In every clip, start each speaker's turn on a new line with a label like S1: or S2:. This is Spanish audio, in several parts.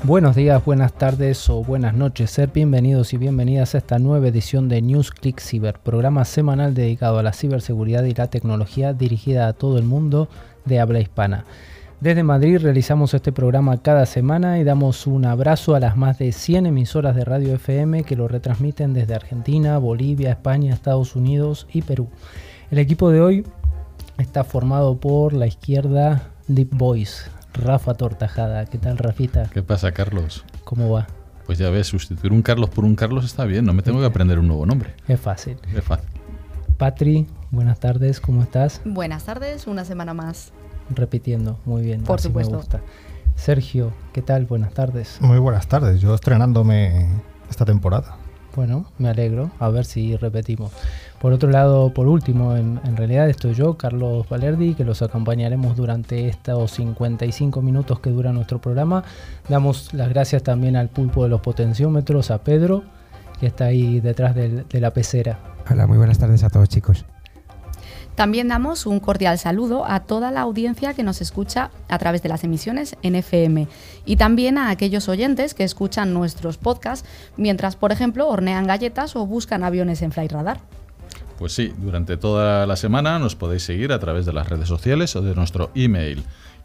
S1: Buenos días, buenas tardes o buenas noches. Ser bienvenidos y bienvenidas a esta nueva edición de News Click Cyber, programa semanal dedicado a la ciberseguridad y la tecnología dirigida a todo el mundo de habla hispana. Desde Madrid realizamos este programa cada semana y damos un abrazo a las más de 100 emisoras de radio FM que lo retransmiten desde Argentina, Bolivia, España, Estados Unidos y Perú. El equipo de hoy está formado por la izquierda Deep Voice, Rafa Tortajada. ¿Qué tal, Rafita?
S2: ¿Qué pasa, Carlos?
S1: ¿Cómo va?
S2: Pues ya ves, sustituir un Carlos por un Carlos está bien, no me tengo que aprender un nuevo nombre.
S1: Es fácil.
S2: Es fácil.
S1: Patri, buenas tardes, ¿cómo estás?
S3: Buenas tardes, una semana más.
S1: Repitiendo, muy bien,
S3: por
S1: así
S3: supuesto.
S1: Me gusta. Sergio, ¿qué tal? Buenas tardes.
S4: Muy buenas tardes, yo estrenándome esta temporada.
S1: Bueno, me alegro, a ver si repetimos. Por otro lado, por último, en realidad estoy yo, Carlos Valerdi, que los acompañaremos durante estos 55 minutos que dura nuestro programa. Damos las gracias también al pulpo de los potenciómetros, a Pedro, que está ahí detrás de la pecera.
S5: Hola, muy buenas tardes a todos, chicos.
S3: También damos un cordial saludo a toda la audiencia que nos escucha a través de las emisiones en FM y también a aquellos oyentes que escuchan nuestros podcasts mientras, por ejemplo, hornean galletas o buscan aviones en Flightradar.
S2: Pues sí, durante toda la semana nos podéis seguir a través de las redes sociales o de nuestro email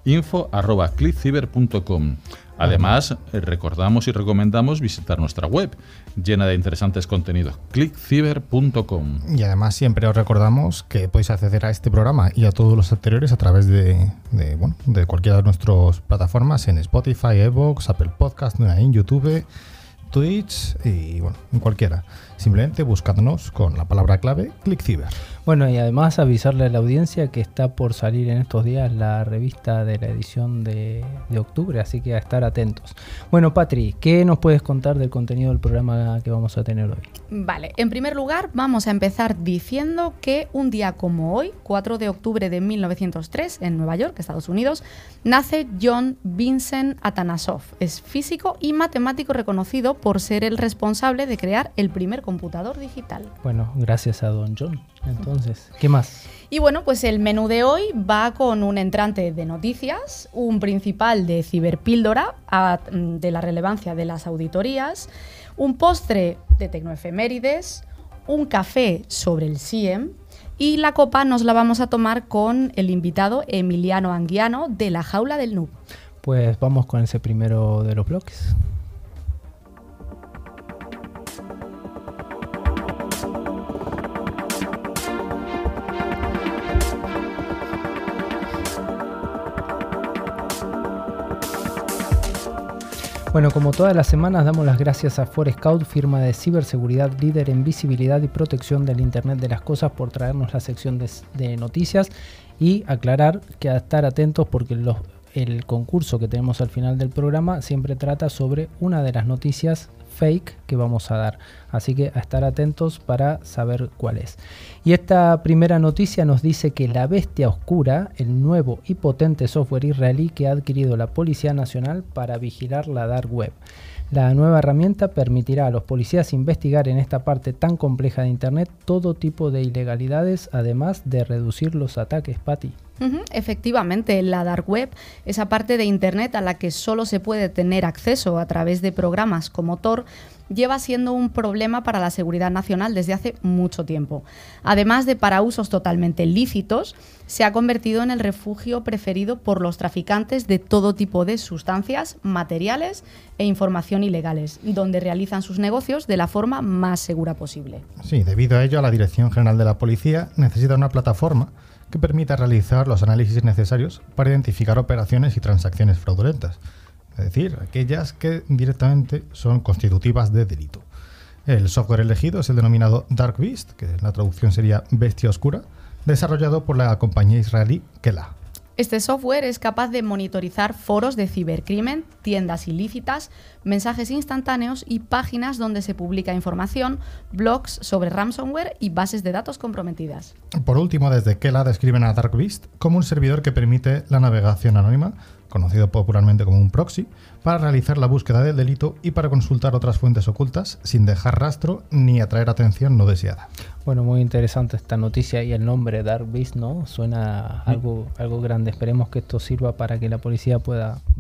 S2: info@clickcyber.com. Además, recordamos y recomendamos visitar nuestra web, llena de interesantes contenidos, clickcyber.com.
S4: Y además siempre os recordamos que podéis acceder a este programa y a todos los anteriores a través de cualquiera de nuestras plataformas en Spotify, iVoox, Apple Podcast, en YouTube, Twitch y en cualquiera. Simplemente buscándonos con la palabra clave ClickCyber.
S1: Bueno, y además avisarle a la audiencia que está por salir en estos días la revista de la edición de octubre, así que a estar atentos. Bueno, Patri, ¿qué nos puedes contar del contenido del programa que vamos a tener hoy?
S3: Vale, en primer lugar vamos a empezar diciendo que un día como hoy, 4 de octubre de 1903, en Nueva York, Estados Unidos, nace John Vincent Atanasov. Es físico y matemático reconocido por ser el responsable de crear el primer computador digital.
S1: Bueno, gracias a Don John. Entonces, ¿qué más?
S3: Y bueno, pues el menú de hoy va con un entrante de noticias, un principal de ciberpíldora de la relevancia de las auditorías, un postre de tecnoefemérides, un café sobre el SIEM y la copa nos la vamos a tomar con el invitado Emiliano Anguiano de La Jaula del Noob.
S1: Pues vamos con ese primero de los bloques. Bueno, como todas las semanas damos las gracias a Forescout, firma de ciberseguridad líder en visibilidad y protección del Internet de las Cosas, por traernos la sección de noticias y aclarar que a estar atentos porque el concurso que tenemos al final del programa siempre trata sobre una de las noticias fake que vamos a dar, así que a estar atentos para saber cuál es. Y esta primera noticia nos dice que La Bestia Oscura, el nuevo y potente software israelí que ha adquirido la Policía Nacional para vigilar la Dark Web. La nueva herramienta permitirá a los policías investigar en esta parte tan compleja de Internet todo tipo de ilegalidades, además de reducir los ataques, Pati.
S3: Efectivamente, la Dark Web, esa parte de Internet a la que solo se puede tener acceso a través de programas como Tor, lleva siendo un problema para la seguridad nacional desde hace mucho tiempo. Además de para usos totalmente lícitos, se ha convertido en el refugio preferido por los traficantes de todo tipo de sustancias, materiales e información ilegales, donde realizan sus negocios de la forma más segura posible.
S4: Sí, debido a ello, la Dirección General de la Policía necesita una plataforma que permita realizar los análisis necesarios para identificar operaciones y transacciones fraudulentas, es decir, aquellas que directamente son constitutivas de delito. El software elegido es el denominado Dark Beast, que en la traducción sería Bestia Oscura, desarrollado por la compañía israelí Kela.
S3: Este software es capaz de monitorizar foros de cibercrimen, tiendas ilícitas, mensajes instantáneos y páginas donde se publica información, blogs sobre ransomware y bases de datos comprometidas.
S4: Por último, desde Kela describen a Dark Beast como un servidor que permite la navegación anónima, conocido popularmente como un proxy, para realizar la búsqueda del delito y para consultar otras fuentes ocultas sin dejar rastro ni atraer atención no deseada.
S1: Bueno, muy interesante esta noticia y el nombre Dark Beast, ¿no? Suena algo grande. Esperemos que esto sirva para que la policía pueda,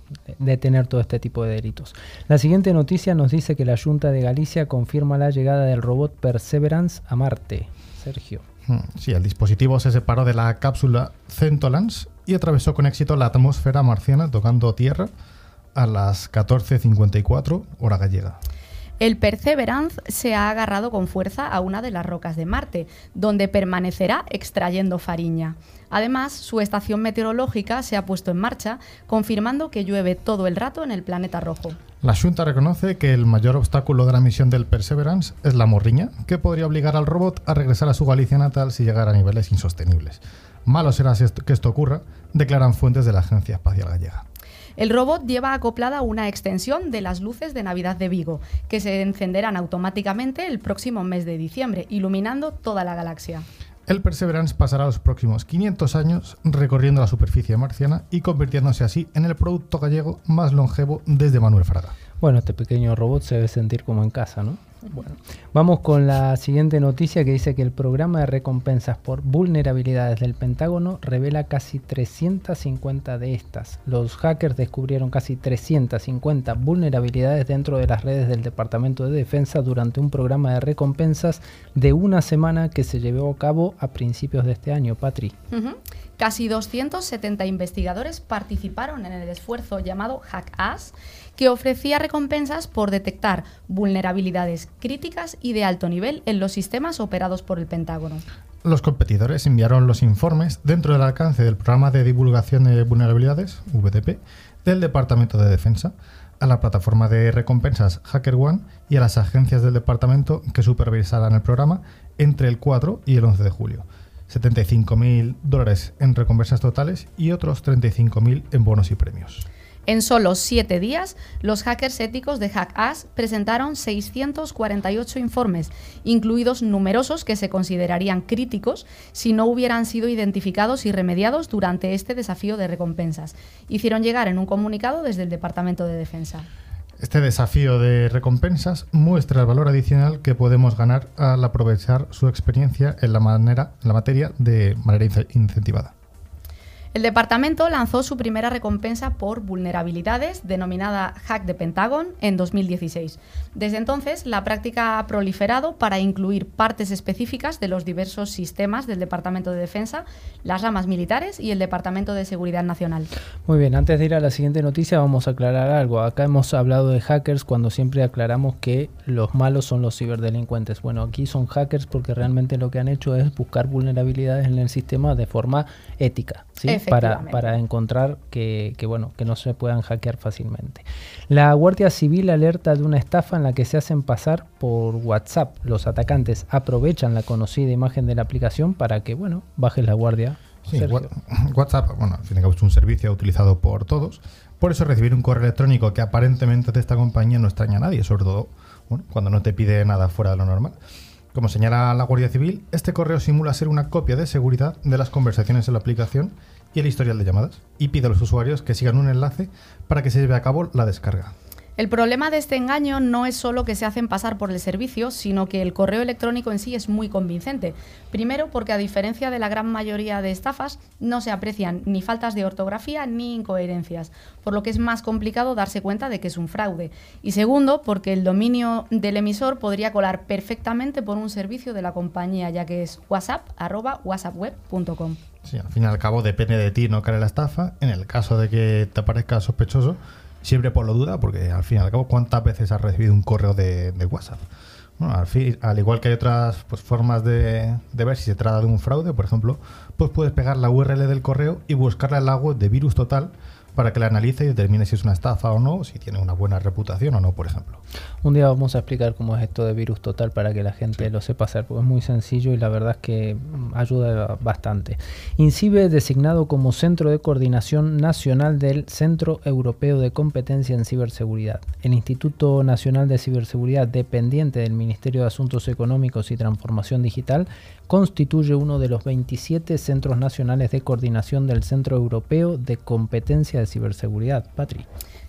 S1: detener todo este tipo de delitos. La siguiente noticia nos dice que la Junta de Galicia confirma la llegada del robot Perseverance a Marte. Sergio.
S4: Sí, el dispositivo se separó de la cápsula Centolans y atravesó con éxito la atmósfera marciana tocando tierra a las 14:54 hora gallega.
S3: El Perseverance se ha agarrado con fuerza a una de las rocas de Marte, donde permanecerá extrayendo fariña. Además, su estación meteorológica se ha puesto en marcha, confirmando que llueve todo el rato en el planeta rojo.
S4: La Xunta reconoce que el mayor obstáculo de la misión del Perseverance es la morriña, que podría obligar al robot a regresar a su Galicia natal si llegara a niveles insostenibles. Malo será que esto ocurra, declaran fuentes de la Agencia Espacial Gallega.
S3: El robot lleva acoplada una extensión de las luces de Navidad de Vigo, que se encenderán automáticamente el próximo mes de diciembre, iluminando toda la galaxia.
S4: El Perseverance pasará los próximos 500 años recorriendo la superficie marciana y convirtiéndose así en el producto gallego más longevo desde Manuel Fraga.
S1: Bueno, este pequeño robot se debe sentir como en casa, ¿no? Bueno, vamos con la siguiente noticia que dice que el programa de recompensas por vulnerabilidades del Pentágono revela casi 350 de estas. Los hackers descubrieron casi 350 vulnerabilidades dentro de las redes del Departamento de Defensa durante un programa de recompensas de una semana que se llevó a cabo a principios de este año. Patri.
S3: Casi 270 investigadores participaron en el esfuerzo llamado HackAss, que ofrecía recompensas por detectar vulnerabilidades críticas y de alto nivel en los sistemas operados por el Pentágono.
S4: Los competidores enviaron los informes dentro del alcance del Programa de Divulgación de Vulnerabilidades, VDP, del Departamento de Defensa, a la plataforma de recompensas HackerOne y a las agencias del departamento que supervisarán el programa entre el 4 y el 11 de julio. $75.000 en recompensas totales y otros 35.000 en bonos y premios.
S3: En solo 7 días, los hackers éticos de HackAss presentaron 648 informes, incluidos numerosos que se considerarían críticos si no hubieran sido identificados y remediados durante este desafío de recompensas. Hicieron llegar en un comunicado desde el Departamento de Defensa.
S4: Este desafío de recompensas muestra el valor adicional que podemos ganar al aprovechar su experiencia en la materia de manera incentivada.
S3: El departamento lanzó su primera recompensa por vulnerabilidades, denominada Hack the Pentagon, en 2016. Desde entonces, la práctica ha proliferado para incluir partes específicas de los diversos sistemas del Departamento de Defensa, las ramas militares y el Departamento de Seguridad Nacional.
S1: Muy bien, antes de ir a la siguiente noticia vamos a aclarar algo. Acá hemos hablado de hackers cuando siempre aclaramos que los malos son los ciberdelincuentes. Bueno, aquí son hackers porque realmente lo que han hecho es buscar vulnerabilidades en el sistema de forma ética, ¿sí? Para encontrar que no se puedan hackear fácilmente. La Guardia Civil alerta de una estafa en la que se hacen pasar por WhatsApp. Los atacantes aprovechan la conocida imagen de la aplicación para que, bajes la guardia.
S4: Sí, WhatsApp, al fin y al cabo es un servicio utilizado por todos. Por eso recibir un correo electrónico que aparentemente de esta compañía no extraña a nadie, sobre todo cuando no te pide nada fuera de lo normal. Como señala la Guardia Civil, este correo simula ser una copia de seguridad de las conversaciones en la aplicación y el historial de llamadas, y pide a los usuarios que sigan un enlace para que se lleve a cabo la descarga.
S3: El problema de este engaño no es solo que se hacen pasar por el servicio, sino que el correo electrónico en sí es muy convincente. Primero, porque a diferencia de la gran mayoría de estafas, no se aprecian ni faltas de ortografía ni incoherencias, por lo que es más complicado darse cuenta de que es un fraude. Y segundo, porque el dominio del emisor podría colar perfectamente por un servicio de la compañía, ya que es whatsapp@whatsappweb.com.
S4: Sí, al fin y al cabo depende de ti no caer en la estafa. En el caso de que te parezca sospechoso, siempre ponlo duda, porque al fin y al cabo, ¿cuántas veces has recibido un correo de WhatsApp? Bueno, al igual que hay otras formas de ver si se trata de un fraude, por ejemplo, pues puedes pegar la URL del correo y buscarla en la web de Virus Total para que la analice y determine si es una estafa o no, si tiene una buena reputación o no, por ejemplo.
S1: Un día vamos a explicar cómo es esto de Virus Total para que la gente lo sepa hacer, porque es muy sencillo y la verdad es que ayuda bastante. INCIBE designado como Centro de Coordinación Nacional del Centro Europeo de Competencia en Ciberseguridad. El Instituto Nacional de Ciberseguridad, dependiente del Ministerio de Asuntos Económicos y Transformación Digital, constituye uno de los 27 centros nacionales de coordinación del Centro Europeo de Competencia de Ciberseguridad. Patri.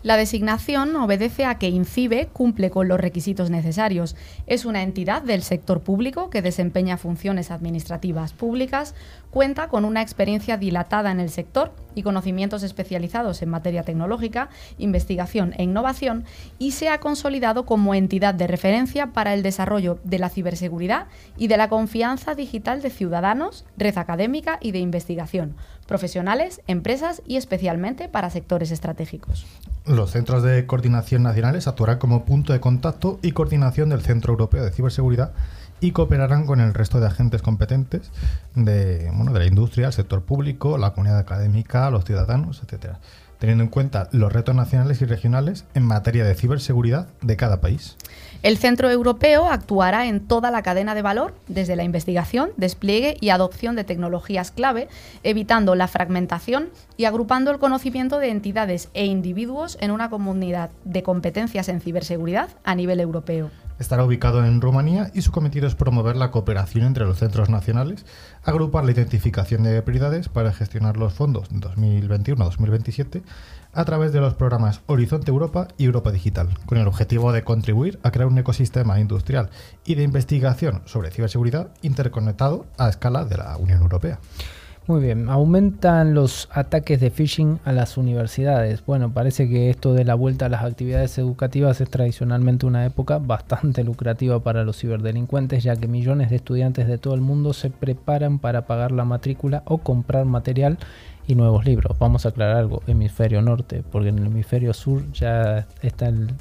S3: La designación obedece a que INCIBE cumple con los requisitos necesarios. Es una entidad del sector público que desempeña funciones administrativas públicas, cuenta con una experiencia dilatada en el sector y conocimientos especializados en materia tecnológica, investigación e innovación, y se ha consolidado como entidad de referencia para el desarrollo de la ciberseguridad y de la confianza digital de ciudadanos, red académica y de investigación, profesionales, empresas y especialmente para sectores estratégicos.
S4: Los centros de coordinación nacionales actuarán como punto de contacto y coordinación del Centro Europeo de Ciberseguridad y cooperarán con el resto de agentes competentes de la industria, el sector público, la comunidad académica, los ciudadanos, etcétera, teniendo en cuenta los retos nacionales y regionales en materia de ciberseguridad de cada país.
S3: El Centro Europeo actuará en toda la cadena de valor, desde la investigación, despliegue y adopción de tecnologías clave, evitando la fragmentación y agrupando el conocimiento de entidades e individuos en una comunidad de competencias en ciberseguridad a nivel europeo.
S4: Estará ubicado en Rumanía y su cometido es promover la cooperación entre los centros nacionales, agrupar la identificación de prioridades para gestionar los fondos 2021-2027 a través de los programas Horizonte Europa y Europa Digital, con el objetivo de contribuir a crear un ecosistema industrial y de investigación sobre ciberseguridad interconectado a escala de la Unión Europea.
S1: Muy bien, aumentan los ataques de phishing a las universidades. Bueno, parece que esto de la vuelta a las actividades educativas es tradicionalmente una época bastante lucrativa para los ciberdelincuentes, ya que millones de estudiantes de todo el mundo se preparan para pagar la matrícula o comprar material y nuevos libros. Vamos a aclarar algo, hemisferio norte, porque en el hemisferio sur ya están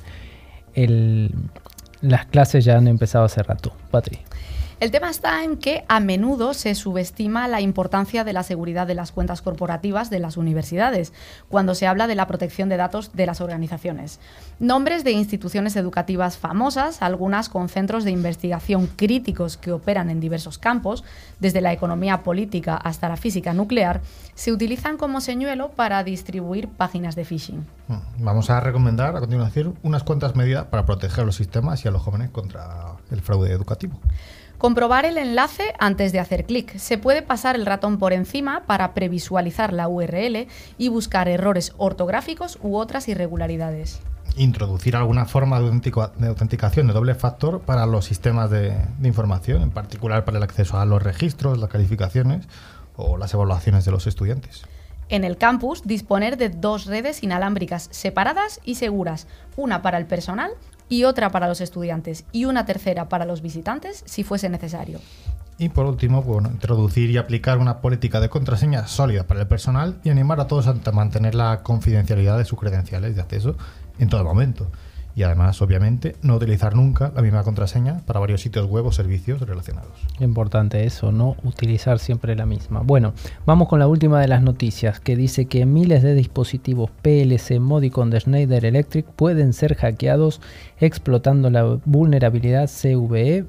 S1: las clases ya han empezado hace rato. Patri.
S3: El tema está en que a menudo se subestima la importancia de la seguridad de las cuentas corporativas de las universidades cuando se habla de la protección de datos de las organizaciones. Nombres de instituciones educativas famosas, algunas con centros de investigación críticos que operan en diversos campos, desde la economía política hasta la física nuclear, se utilizan como señuelo para distribuir páginas de phishing.
S4: Vamos a recomendar a continuación unas cuantas medidas para proteger los sistemas y a los jóvenes contra el fraude educativo.
S3: Comprobar el enlace antes de hacer clic. Se puede pasar el ratón por encima para previsualizar la URL y buscar errores ortográficos u otras irregularidades.
S4: Introducir alguna forma de autenticación de doble factor para los sistemas de información, en particular para el acceso a los registros, las calificaciones o las evaluaciones de los estudiantes.
S3: En el campus, disponer de 2 redes inalámbricas separadas y seguras, una para el personal y otra para los estudiantes, y una tercera para los visitantes si fuese necesario.
S4: Y por último, introducir y aplicar una política de contraseña sólida para el personal y animar a todos a mantener la confidencialidad de sus credenciales de acceso en todo momento. Y además, obviamente, no utilizar nunca la misma contraseña para varios sitios web o servicios relacionados.
S1: Importante eso, no utilizar siempre la misma. Bueno, vamos con la última de las noticias, que dice que miles de dispositivos PLC Modicon de Schneider Electric pueden ser hackeados explotando la vulnerabilidad CVE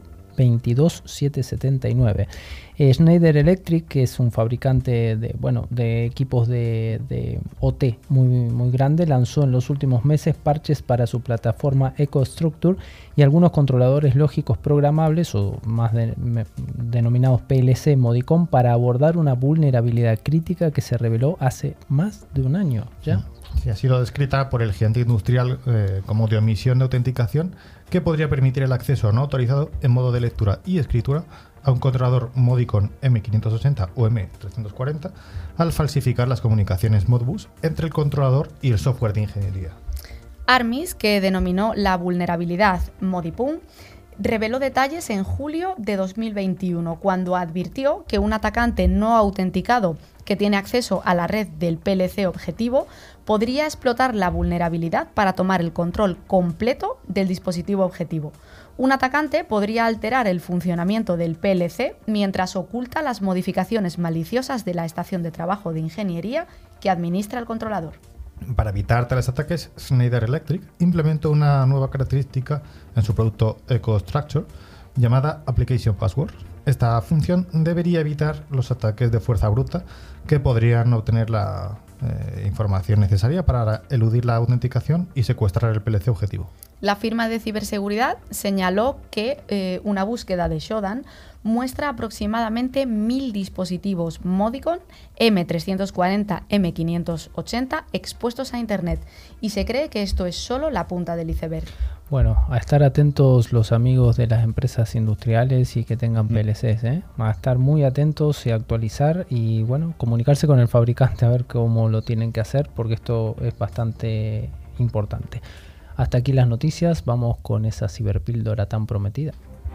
S1: 22779. Schneider Electric, que es un fabricante de equipos de OT muy grande, lanzó en los últimos meses parches para su plataforma EcoStructure y algunos controladores lógicos programables, o más denominados PLC Modicon, para abordar una vulnerabilidad crítica que se reveló hace más de un año ya.
S4: Sí, ha sido descrita por el gigante industrial como de omisión de autenticación que podría permitir el acceso no autorizado en modo de lectura y escritura a un controlador Modicon M580 o M340 al falsificar las comunicaciones Modbus entre el controlador y el software de ingeniería.
S3: Armis, que denominó la vulnerabilidad Modipun, reveló detalles en julio de 2021, cuando advirtió que un atacante no autenticado que tiene acceso a la red del PLC objetivo podría explotar la vulnerabilidad para tomar el control completo del dispositivo objetivo. Un atacante podría alterar el funcionamiento del PLC mientras oculta las modificaciones maliciosas de la estación de trabajo de ingeniería que administra el controlador.
S4: Para evitar tales ataques, Schneider Electric implementó una nueva característica en su producto EcoStructure llamada Application Passwords. Esta función debería evitar los ataques de fuerza bruta que podrían obtener la información necesaria para eludir la autenticación y secuestrar el PLC objetivo.
S3: La firma de ciberseguridad señaló que una búsqueda de Shodan muestra aproximadamente 1.000 dispositivos Modicon M340, M580 expuestos a Internet, y se cree que esto es solo la punta del iceberg.
S1: Bueno, a estar atentos los amigos de las empresas industriales y que tengan PLCs, a estar muy atentos y actualizar y bueno, comunicarse con el fabricante a ver cómo lo tienen que hacer, porque esto es bastante importante. Hasta aquí las noticias, vamos con esa ciberpíldora tan prometida.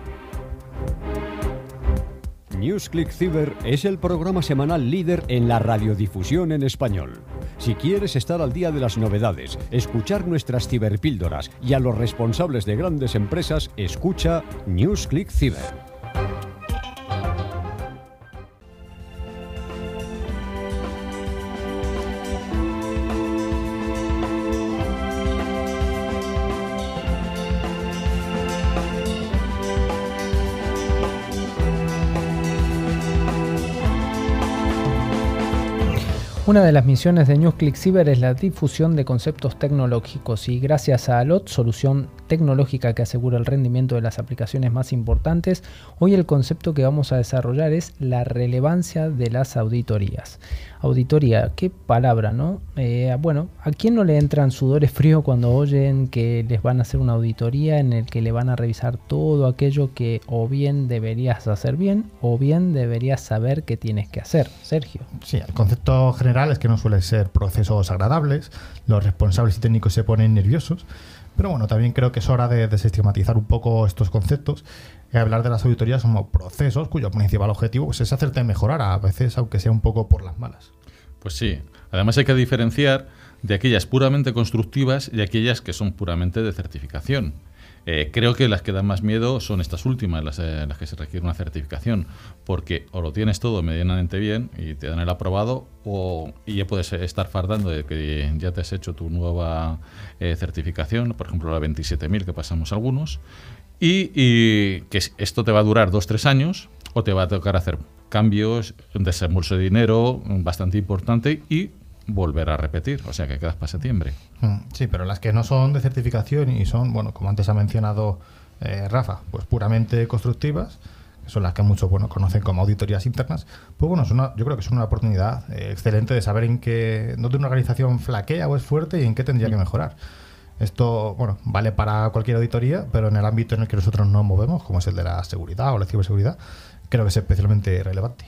S6: NewsClick Cyber es el programa semanal líder en la radiodifusión en español. Si quieres estar al día de las novedades, escuchar nuestras ciberpíldoras y a los responsables de grandes empresas, escucha NewsClick Cyber.
S1: Una de las misiones de NewsClick Cyber es la difusión de conceptos tecnológicos y gracias a ALOT, solución tecnológica que asegura el rendimiento de las aplicaciones más importantes, hoy el concepto que vamos a desarrollar es la relevancia de las auditorías. Auditoría, qué palabra, ¿no? Bueno, ¿a quién no le entran sudores fríos cuando oyen que les van a hacer una auditoría en el que le van a revisar todo aquello que o bien deberías hacer bien o bien deberías saber que tienes que hacer? Sergio.
S4: Sí, el concepto general es que no suelen ser procesos agradables, los responsables y técnicos se ponen nerviosos, pero bueno, también creo que es hora de desestigmatizar un poco estos conceptos y hablar de las auditorías como procesos cuyo principal objetivo pues, es hacerte mejorar, a veces aunque sea un poco por las malas.
S2: Pues sí, además hay que diferenciar de aquellas puramente constructivas y aquellas que son puramente de certificación. Creo que las que dan más miedo son estas últimas, las que se requiere una certificación, porque o lo tienes todo medianamente bien y te dan el aprobado, y ya puedes estar fardando de que ya te has hecho tu nueva certificación, por ejemplo la 27.000 que pasamos algunos, y que esto te va a durar 2-3 años, o te va a tocar hacer cambios, un desembolso de dinero bastante importante y volver a repetir, o sea que quedas para septiembre.
S4: Sí, pero las que no son de certificación y son, bueno, como antes ha mencionado Rafa, pues puramente constructivas, que son las que muchos conocen como auditorías internas, pues bueno, yo creo que es una oportunidad excelente de saber en qué, dónde una organización flaquea o es fuerte y en qué tendría que mejorar. Esto, bueno, vale para cualquier auditoría, pero en el ámbito en el que nosotros nos movemos, como es el de la seguridad o la ciberseguridad, creo que es especialmente relevante.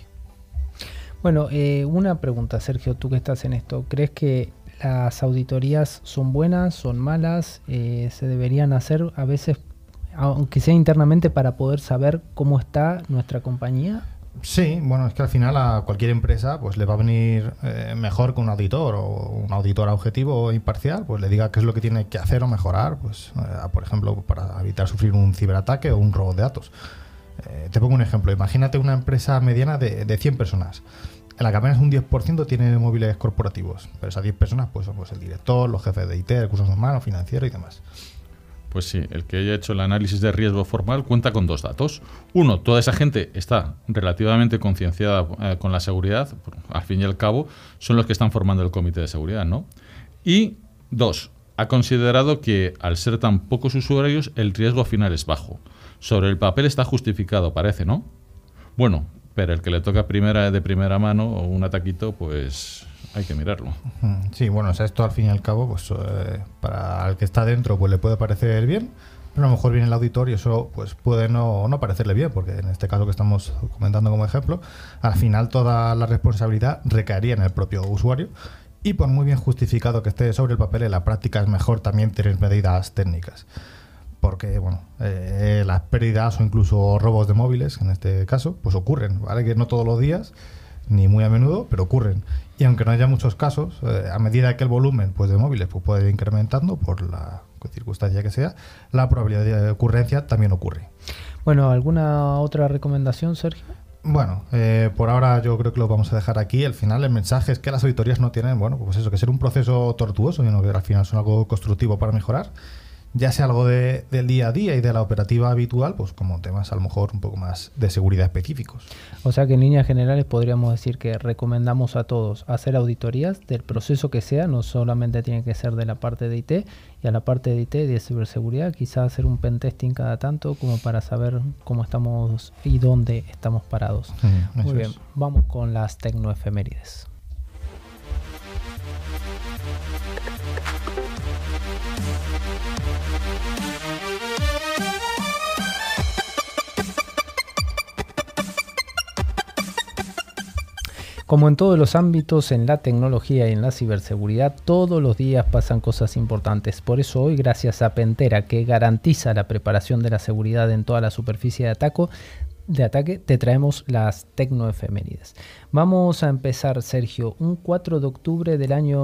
S1: Bueno, una pregunta, Sergio, tú que estás en esto, ¿crees que las auditorías son buenas, son malas? ¿Se deberían hacer a veces, aunque sea internamente, para poder saber cómo está nuestra compañía?
S4: Sí, bueno, es que al final a cualquier empresa pues le va a venir mejor que un auditor o un auditor objetivo o imparcial, pues le diga qué es lo que tiene que hacer o mejorar, pues por ejemplo, para evitar sufrir un ciberataque o un robo de datos. Te pongo un ejemplo, imagínate una empresa mediana de 100 personas. En la que apenas un 10% tiene móviles corporativos, pero esas 10 personas pues son el director, los jefes de IT, recursos humanos, financiero y demás.
S2: Pues sí, el que haya hecho el análisis de riesgo formal cuenta con 2 datos. Uno, toda esa gente está relativamente concienciada con la seguridad, al fin y al cabo son los que están formando el comité de seguridad, ¿no? Y 2, ha considerado que al ser tan pocos usuarios el riesgo final es bajo. Sobre el papel está justificado, parece, ¿no? Bueno, pero el que le toca de primera mano o un ataquito, pues hay que mirarlo.
S4: Sí, bueno, o sea, esto al fin y al cabo, pues para el que está dentro pues le puede parecer bien, pero a lo mejor viene el auditor y eso pues puede no parecerle bien, porque en este caso que estamos comentando como ejemplo, al final toda la responsabilidad recaería en el propio usuario y por muy bien justificado que esté sobre el papel, en la práctica es mejor también tener medidas técnicas. Porque, bueno, las pérdidas o incluso robos de móviles, en este caso, pues ocurren, ¿vale? Que no todos los días, ni muy a menudo, pero ocurren. Y aunque no haya muchos casos, a medida que el volumen pues, de móviles pues, puede ir incrementando, por la circunstancia que sea, la probabilidad de ocurrencia también ocurre.
S1: Bueno, ¿alguna otra recomendación, Sergio?
S4: Bueno, por ahora yo creo que lo vamos a dejar aquí. Al final el mensaje es que las auditorías no tienen, bueno, pues eso, que ser un proceso tortuoso, sino que al final son algo constructivo para mejorar. ya sea algo del día a día y de la operativa habitual, pues como temas a lo mejor un poco más de seguridad específicos.
S1: O sea que en líneas generales podríamos decir que recomendamos a todos hacer auditorías del proceso que sea, no solamente tiene que ser de la parte de IT, y a la parte de IT y de ciberseguridad quizás hacer un pentesting cada tanto como para saber cómo estamos y dónde estamos parados. Muy bien, vamos con las tecnoefemérides. Como en todos los ámbitos, en la tecnología y en la ciberseguridad, todos los días pasan cosas importantes. Por eso hoy, gracias a Pentera, que garantiza la preparación de la seguridad en toda la superficie de ataque, te traemos las tecnoefemérides. Vamos a empezar, Sergio, un 4 de octubre del año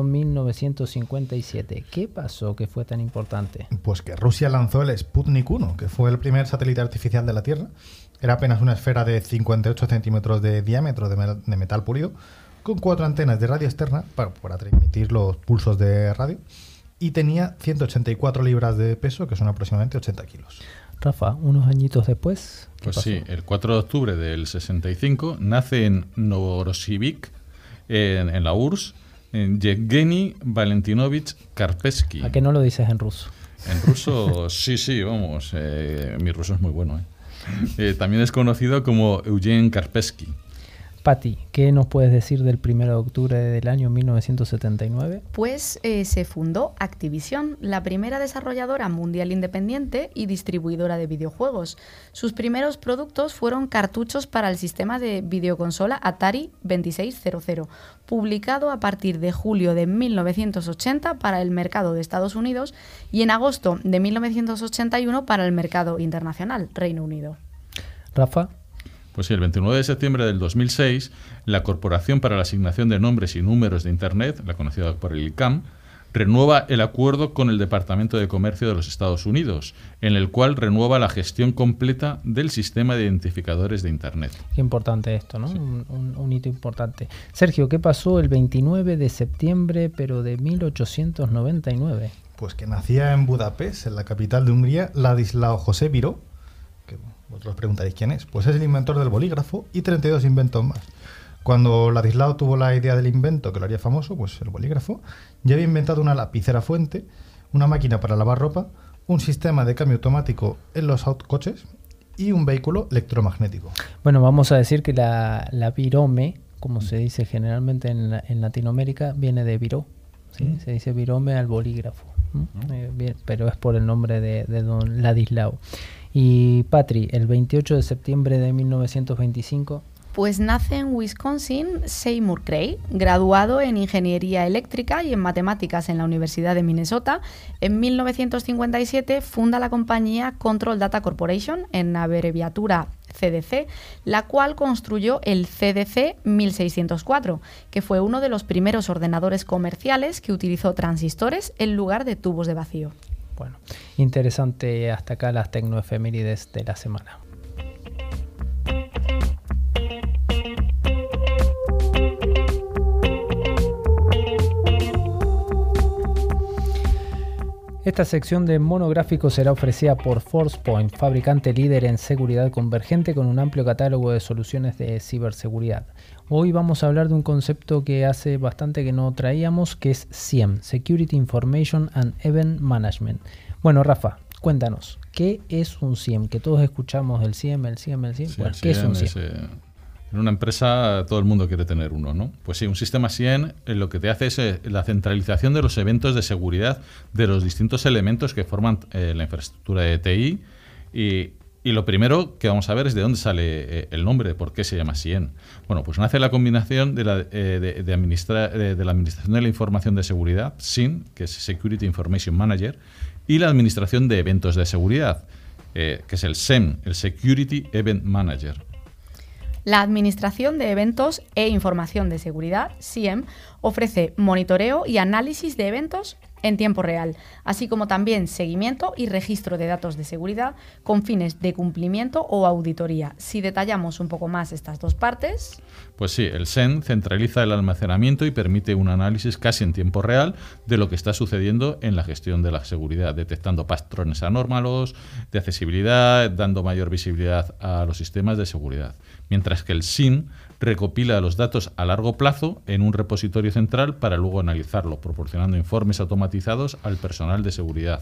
S1: 1957. ¿Qué pasó que fue tan importante?
S4: Pues que Rusia lanzó el Sputnik 1, que fue el primer satélite artificial de la Tierra. Era apenas una esfera de 58 centímetros de diámetro de metal pulido, con 4 antenas de radio externa para transmitir los pulsos de radio, y tenía 184 libras de peso, que son aproximadamente 80 kilos.
S1: Rafa, unos añitos después,
S2: pues sí, el 4 de octubre del 65 nace en Novosibirsk, en la URSS, Yevgeny Valentinovich Karpevsky.
S1: ¿A qué no lo dices en ruso?
S2: En ruso, sí, vamos, mi ruso es muy bueno. También es conocido como Eugen Karpevsky.
S1: Pati, ¿qué nos puedes decir del 1 de octubre del año 1979?
S3: Pues se fundó Activision, la primera desarrolladora mundial independiente y distribuidora de videojuegos. Sus primeros productos fueron cartuchos para el sistema de videoconsola Atari 2600, publicado a partir de julio de 1980 para el mercado de Estados Unidos y en agosto de 1981 para el mercado internacional, Reino Unido.
S1: Rafa.
S2: Pues sí, el 29 de septiembre del 2006, la Corporación para la Asignación de Nombres y Números de Internet, la conocida por el ICANN, renueva el acuerdo con el Departamento de Comercio de los Estados Unidos, en el cual renueva la gestión completa del sistema de identificadores de Internet.
S1: Qué importante esto, ¿no?
S2: Sí.
S1: Un hito importante. Sergio, ¿qué pasó el 29 de septiembre, pero de 1899?
S4: Pues que nacía en Budapest, en la capital de Hungría, Ladislao José Biró, que vosotros os preguntaréis quién es. Pues es el inventor del bolígrafo y 32 inventos más. Cuando Ladislao tuvo la idea del invento que lo haría famoso, pues el bolígrafo, ya había inventado una lapicera fuente, una máquina para lavar ropa, un sistema de cambio automático en los coches y un vehículo electromagnético.
S1: Bueno, vamos a decir que la virome, como se dice generalmente en Latinoamérica, viene de viró. ¿Sí? Se dice virome al bolígrafo. Bien, pero es por el nombre de don Ladislao. Y Patri, el 28 de septiembre de 1925...
S3: Pues nace en Wisconsin Seymour Cray, graduado en Ingeniería Eléctrica y en Matemáticas en la Universidad de Minnesota. En 1957 funda la compañía Control Data Corporation, en abreviatura CDC, la cual construyó el CDC 1604, que fue uno de los primeros ordenadores comerciales que utilizó transistores en lugar de tubos de vacío.
S1: Bueno, interesante hasta acá las tecnoefemérides de la semana. Esta sección de monográficos será ofrecida por ForcePoint, fabricante líder en seguridad convergente con un amplio catálogo de soluciones de ciberseguridad. Hoy vamos a hablar de un concepto que hace bastante que no traíamos, que es SIEM, Security Information and Event Management. Bueno, Rafa, cuéntanos, ¿qué es un SIEM? Que todos escuchamos el SIEM. Sí, bueno, ¿qué es un SIEM?
S2: En una empresa todo el mundo quiere tener uno, ¿no? Pues sí, un sistema SIEM lo que te hace es la centralización de los eventos de seguridad de los distintos elementos que forman la infraestructura de TI. Y lo primero que vamos a ver es de dónde sale el nombre, por qué se llama SIEM. Bueno, pues nace la combinación de la Administración de la Información de Seguridad, SIEM, que es Security Information Manager, y la Administración de Eventos de Seguridad, que es el SEM, el Security Event Manager.
S3: La Administración de Eventos e Información de Seguridad, SIEM, ofrece monitoreo y análisis de eventos en tiempo real, así como también seguimiento y registro de datos de seguridad con fines de cumplimiento o auditoría. Si detallamos un poco más estas dos partes...
S2: Pues sí, el SEN centraliza el almacenamiento y permite un análisis casi en tiempo real de lo que está sucediendo en la gestión de la seguridad, detectando patrones anómalos de accesibilidad, dando mayor visibilidad a los sistemas de seguridad. Mientras que el SIEM recopila los datos a largo plazo en un repositorio central para luego analizarlo, proporcionando informes automatizados al personal de seguridad.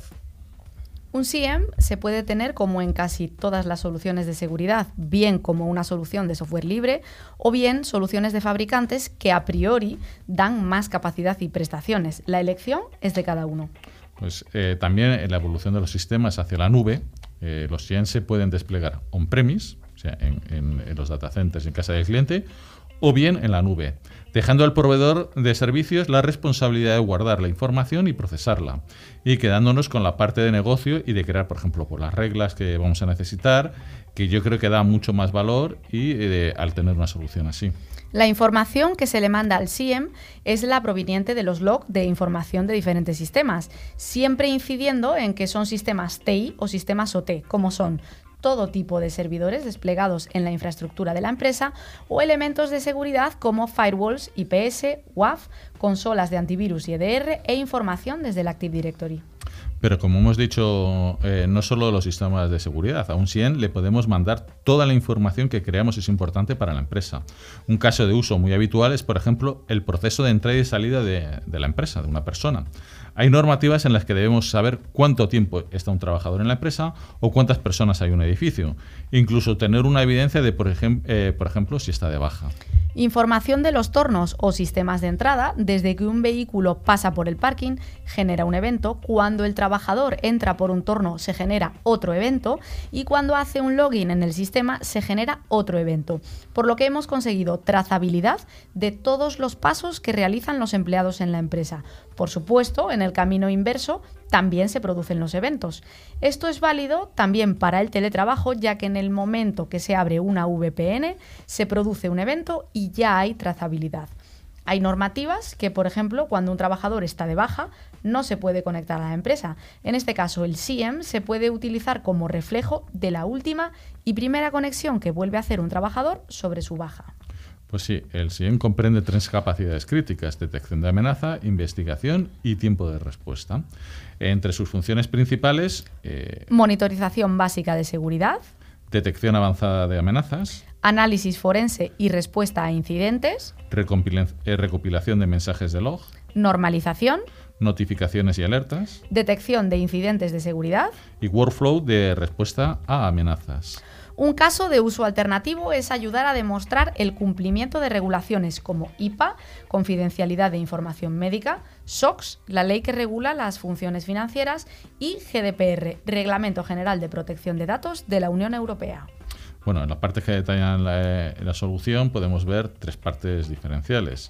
S3: Un SIEM se puede tener, como en casi todas las soluciones de seguridad, bien como una solución de software libre o bien soluciones de fabricantes que a priori dan más capacidad y prestaciones. La elección es de cada uno.
S2: Pues también en la evolución de los sistemas hacia la nube, los SIEM se pueden desplegar on-premise, o sea, en los data centers en casa del cliente, o bien en la nube, dejando al proveedor de servicios la responsabilidad de guardar la información y procesarla, y quedándonos con la parte de negocio y de crear, por ejemplo, las reglas que vamos a necesitar, que yo creo que da mucho más valor al tener una solución así.
S3: La información que se le manda al SIEM es la proveniente de los logs de información de diferentes sistemas, siempre incidiendo en que son sistemas TI o sistemas OT, como son todo tipo de servidores desplegados en la infraestructura de la empresa o elementos de seguridad como firewalls, IPS, WAF, consolas de antivirus y EDR e información desde el Active Directory.
S2: Pero como hemos dicho, no solo los sistemas de seguridad, a un SIEM le podemos mandar toda la información que creamos es importante para la empresa. Un caso de uso muy habitual es, por ejemplo, el proceso de entrada y salida de la empresa, de una persona. Hay normativas en las que debemos saber cuánto tiempo está un trabajador en la empresa o cuántas personas hay en un edificio. Incluso tener una evidencia de, por ejemplo, si está de baja.
S3: Información de los tornos o sistemas de entrada. Desde que un vehículo pasa por el parking, genera un evento. Cuando el trabajador entra por un torno, se genera otro evento. Y cuando hace un login en el sistema, se genera otro evento. Por lo que hemos conseguido trazabilidad de todos los pasos que realizan los empleados en la empresa. Por supuesto, en el camino inverso también se producen los eventos. Esto es válido también para el teletrabajo, ya que en el momento que se abre una VPN se produce un evento y ya hay trazabilidad. Hay normativas que, por ejemplo, cuando un trabajador está de baja, no se puede conectar a la empresa. En este caso, el SIEM se puede utilizar como reflejo de la última y primera conexión que vuelve a hacer un trabajador sobre su baja.
S2: Pues sí, el SIEM comprende 3 capacidades críticas: detección de amenaza, investigación y tiempo de respuesta. Entre sus funciones principales...
S3: monitorización básica de seguridad.
S2: Detección avanzada de amenazas.
S3: Análisis forense y respuesta a incidentes.
S2: Recopilación de mensajes de log.
S3: Normalización.
S2: Notificaciones y alertas.
S3: Detección de incidentes de seguridad.
S2: Y workflow de respuesta a amenazas.
S3: Un caso de uso alternativo es ayudar a demostrar el cumplimiento de regulaciones como IPA, Confidencialidad de Información Médica, SOX, la ley que regula las funciones financieras, y GDPR, Reglamento General de Protección de Datos de la Unión Europea.
S2: Bueno, en la parte que detallan la solución podemos ver 3 partes diferenciales.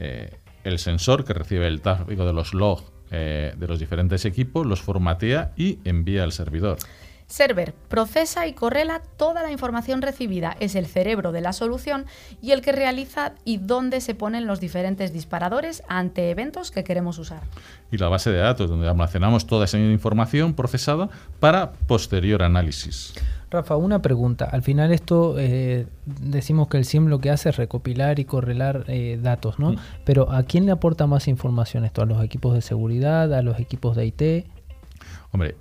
S2: El sensor, que recibe el tráfico de los logs de los diferentes equipos, los formatea y envía al servidor.
S3: Server procesa y correla toda la información recibida, es el cerebro de la solución y el que realiza y dónde se ponen los diferentes disparadores ante eventos que queremos usar.
S2: Y la base de datos, donde almacenamos toda esa información procesada para posterior análisis.
S1: Rafa, una pregunta. Al final esto decimos que el SIEM lo que hace es recopilar y correlar datos, ¿no? Pero ¿a quién le aporta más información esto? ¿A los equipos de seguridad? ¿A los equipos de IT?
S2: Hombre,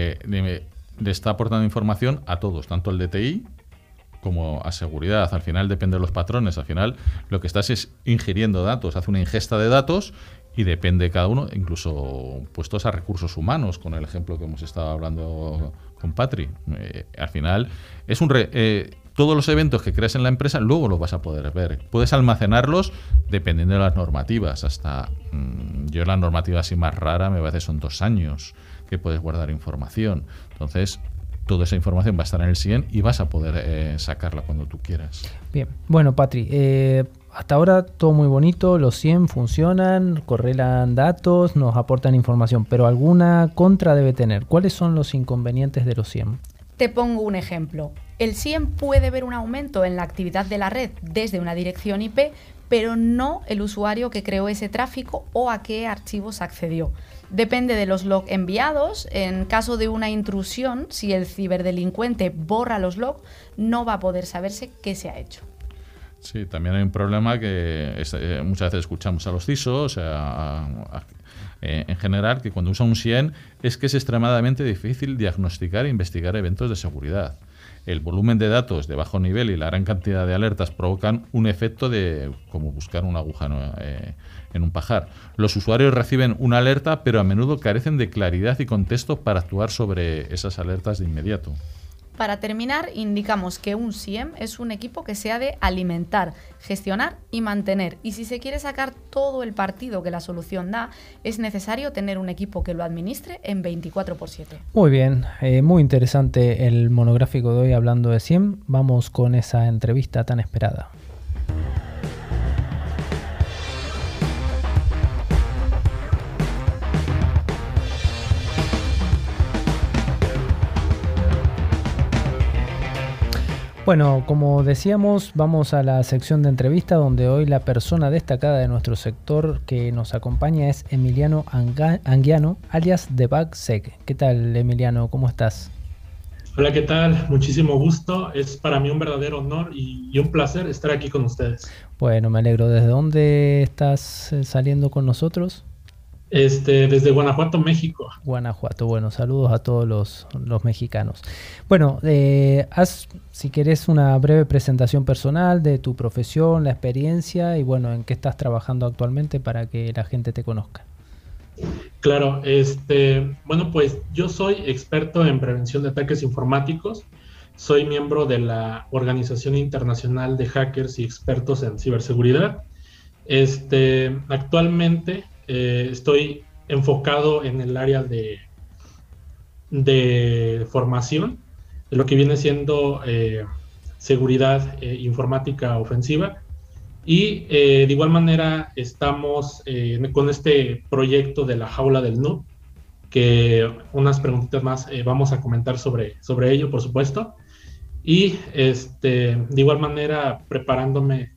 S2: le está aportando información a todos, tanto el DTI como a seguridad. Al final depende de los patrones. Al final lo que estás es ingiriendo datos, hace una ingesta de datos y depende cada uno, incluso puestos a recursos humanos, con el ejemplo que hemos estado hablando con Patri. Al final es todos los eventos que creas en la empresa luego los vas a poder ver. Puedes almacenarlos dependiendo de las normativas. Hasta yo la normativa así más rara me parece son 2 años que puedes guardar información. Entonces, toda esa información va a estar en el SIEM y vas a poder sacarla cuando tú quieras.
S1: Bien, bueno, Patri, hasta ahora todo muy bonito, los SIEM funcionan, correlan datos, nos aportan información, pero alguna contra debe tener. ¿Cuáles son los inconvenientes de los SIEM?
S3: Te pongo un ejemplo. El SIEM puede ver un aumento en la actividad de la red desde una dirección IP, pero no el usuario que creó ese tráfico o a qué archivos accedió. Depende de los logs enviados. En caso de una intrusión, si el ciberdelincuente borra los logs, no va a poder saberse qué se ha hecho.
S2: Sí, también hay un problema que muchas veces escuchamos a los CISOs, en general, que cuando usa un SIEM es que es extremadamente difícil diagnosticar e investigar eventos de seguridad. El volumen de datos de bajo nivel y la gran cantidad de alertas provocan un efecto de como buscar una aguja en un pajar. Los usuarios reciben una alerta, pero a menudo carecen de claridad y contexto para actuar sobre esas alertas de inmediato.
S3: Para terminar, indicamos que un SIEM es un equipo que se ha de alimentar, gestionar y mantener. Y si se quiere sacar todo el partido que la solución da, es necesario tener un equipo que lo administre en 24/7.
S1: Muy bien, muy interesante el monográfico de hoy hablando de SIEM. Vamos con esa entrevista tan esperada. Bueno, como decíamos, vamos a la sección de entrevista donde hoy la persona destacada de nuestro sector que nos acompaña es Emiliano Anguiano, alias DebugSec. ¿Qué tal, Emiliano? ¿Cómo estás?
S7: Hola, ¿qué tal? Muchísimo gusto. Es para mí un verdadero honor y un placer estar aquí con ustedes.
S1: Bueno, me alegro. ¿Desde dónde estás saliendo con nosotros?
S7: Desde Guanajuato, México.
S1: Guanajuato, bueno, saludos a todos los mexicanos. Bueno, si querés una breve presentación personal de tu profesión, la experiencia y bueno, en qué estás trabajando actualmente para que la gente te conozca.
S7: Claro, bueno, pues yo soy experto en prevención de ataques informáticos. Soy miembro de la Organización Internacional de Hackers y Expertos en Ciberseguridad. Actualmente estoy enfocado en el área de formación, de lo que viene siendo seguridad informática ofensiva. Y de igual manera estamos con este proyecto de la jaula del noob, que unas preguntitas más vamos a comentar sobre ello, por supuesto. Y de igual manera preparándome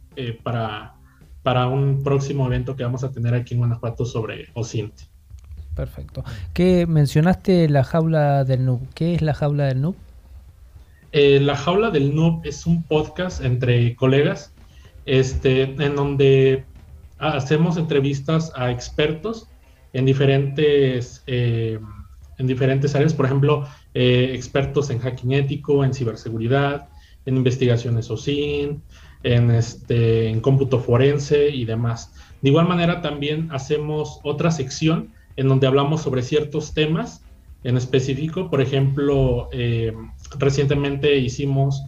S7: para un próximo evento que vamos a tener aquí en Guanajuato sobre OSINT.
S1: Perfecto. ¿Qué mencionaste la jaula del noob? ¿Qué es la jaula del noob?
S7: La jaula del noob es un podcast entre colegas en donde hacemos entrevistas a expertos en diferentes áreas, por ejemplo, expertos en hacking ético, en ciberseguridad, en investigaciones OSINT, en cómputo forense y demás. De igual manera también hacemos otra sección en donde hablamos sobre ciertos temas en específico. Por ejemplo, recientemente hicimos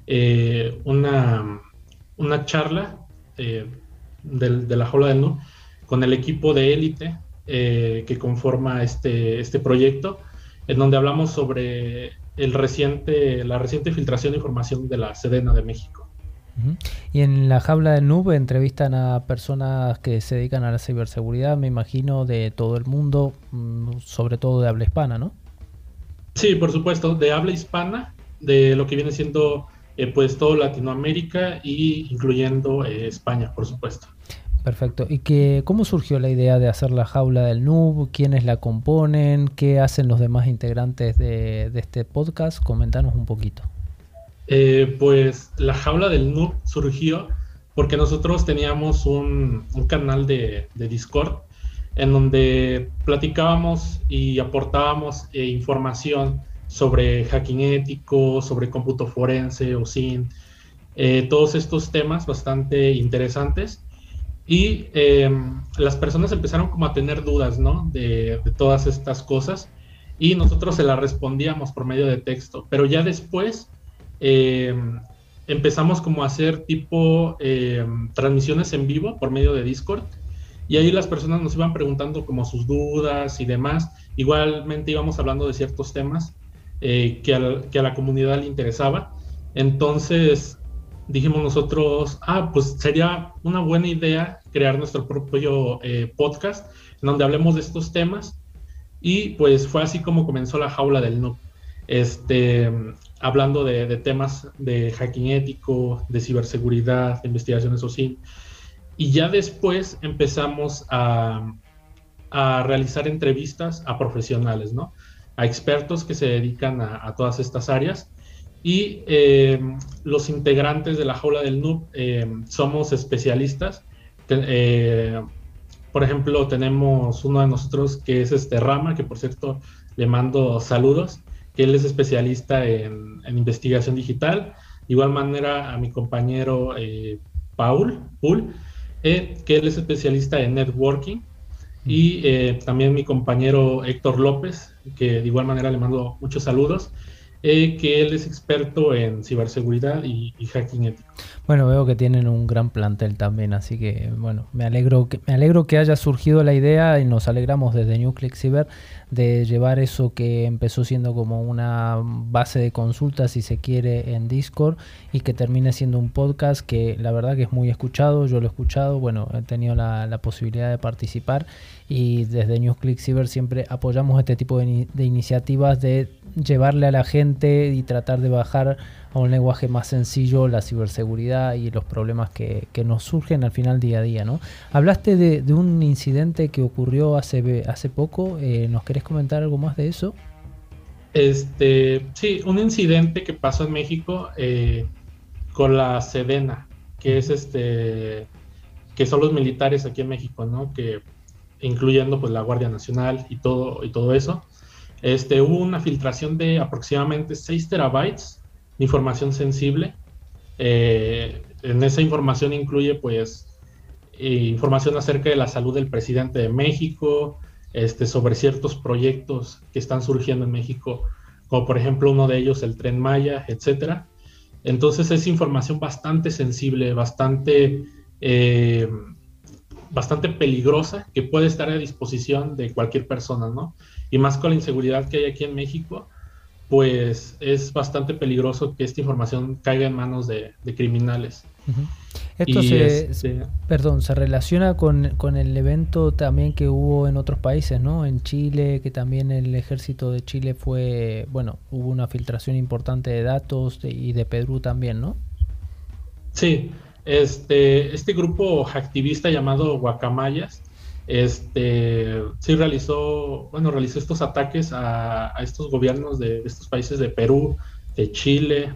S7: una charla de la jaula del noob con el equipo de élite que conforma este proyecto, en donde hablamos sobre la reciente filtración de información de la Sedena de México.
S1: Y en la jaula del noob entrevistan a personas que se dedican a la ciberseguridad, me imagino, de todo el mundo, sobre todo de habla hispana, ¿no?
S7: Sí, por supuesto, de habla hispana, de lo que viene siendo pues todo Latinoamérica y incluyendo España, por supuesto.
S1: Perfecto. ¿Y cómo surgió la idea de hacer la jaula del noob? ¿Quiénes la componen? ¿Qué hacen los demás integrantes de este podcast? Coméntanos un poquito.
S7: Pues la jaula del noob surgió porque nosotros teníamos un canal de Discord en donde platicábamos y aportábamos información sobre hacking ético, sobre cómputo forense, OSINT, todos estos temas bastante interesantes. Y las personas empezaron como a tener dudas, ¿no? de todas estas cosas, y nosotros se las respondíamos por medio de texto, pero ya después empezamos como a hacer tipo transmisiones en vivo por medio de Discord, y ahí las personas nos iban preguntando como sus dudas y demás. Igualmente íbamos hablando de ciertos temas que a la comunidad le interesaba. Entonces dijimos nosotros, pues sería una buena idea crear nuestro propio podcast en donde hablemos de estos temas. Y pues fue así como comenzó la jaula del noob, hablando de temas de hacking ético, de ciberseguridad, de investigaciones OSINT. y ya después empezamos a realizar entrevistas a profesionales, ¿no? A expertos que se dedican a todas estas áreas. Y los integrantes de la Jaula del Noob somos especialistas. Por ejemplo, tenemos uno de nosotros que es Rama, que por cierto le mando saludos, que él es especialista en investigación digital. De igual manera a mi compañero Paul, que él es especialista en networking. Y también mi compañero Héctor López, que de igual manera le mando muchos saludos, que él es experto en ciberseguridad y hacking ético.
S1: Bueno, veo que tienen un gran plantel también, así que bueno, me alegro que haya surgido la idea y nos alegramos desde NewsClick Cyber de llevar eso que empezó siendo como una base de consulta, si se quiere, en Discord, y que termine siendo un podcast que la verdad que es muy escuchado. Yo lo he escuchado, bueno, he tenido la posibilidad de participar, y desde NewsClick Cyber siempre apoyamos este tipo de iniciativas de llevarle a la gente y tratar de bajar a un lenguaje más sencillo la ciberseguridad y los problemas que nos surgen al final día a día, ¿no? Hablaste de un incidente que ocurrió hace poco. ¿Nos querés comentar algo más de eso?
S7: Sí, un incidente que pasó en México con la Sedena, que es que son los militares aquí en México, ¿no? Que incluyendo pues la Guardia Nacional y todo eso. Hubo una filtración de aproximadamente 6 terabytes de información sensible. En esa información incluye pues información acerca de la salud del presidente de México, sobre ciertos proyectos que están surgiendo en México, como por ejemplo uno de ellos el Tren Maya, etcétera. Entonces es información bastante sensible, bastante peligrosa, que puede estar a disposición de cualquier persona, ¿no? Y más con la inseguridad que hay aquí en México, pues es bastante peligroso que esta información caiga en manos de criminales.
S1: Uh-huh. Esto se relaciona con el evento también que hubo en otros países, ¿no? En Chile, que también el ejército de Chile hubo una filtración importante de datos y de Perú también, ¿no?
S7: Sí, este grupo activista llamado Guacamayas, sí realizó estos ataques a estos gobiernos de estos países de Perú, de Chile,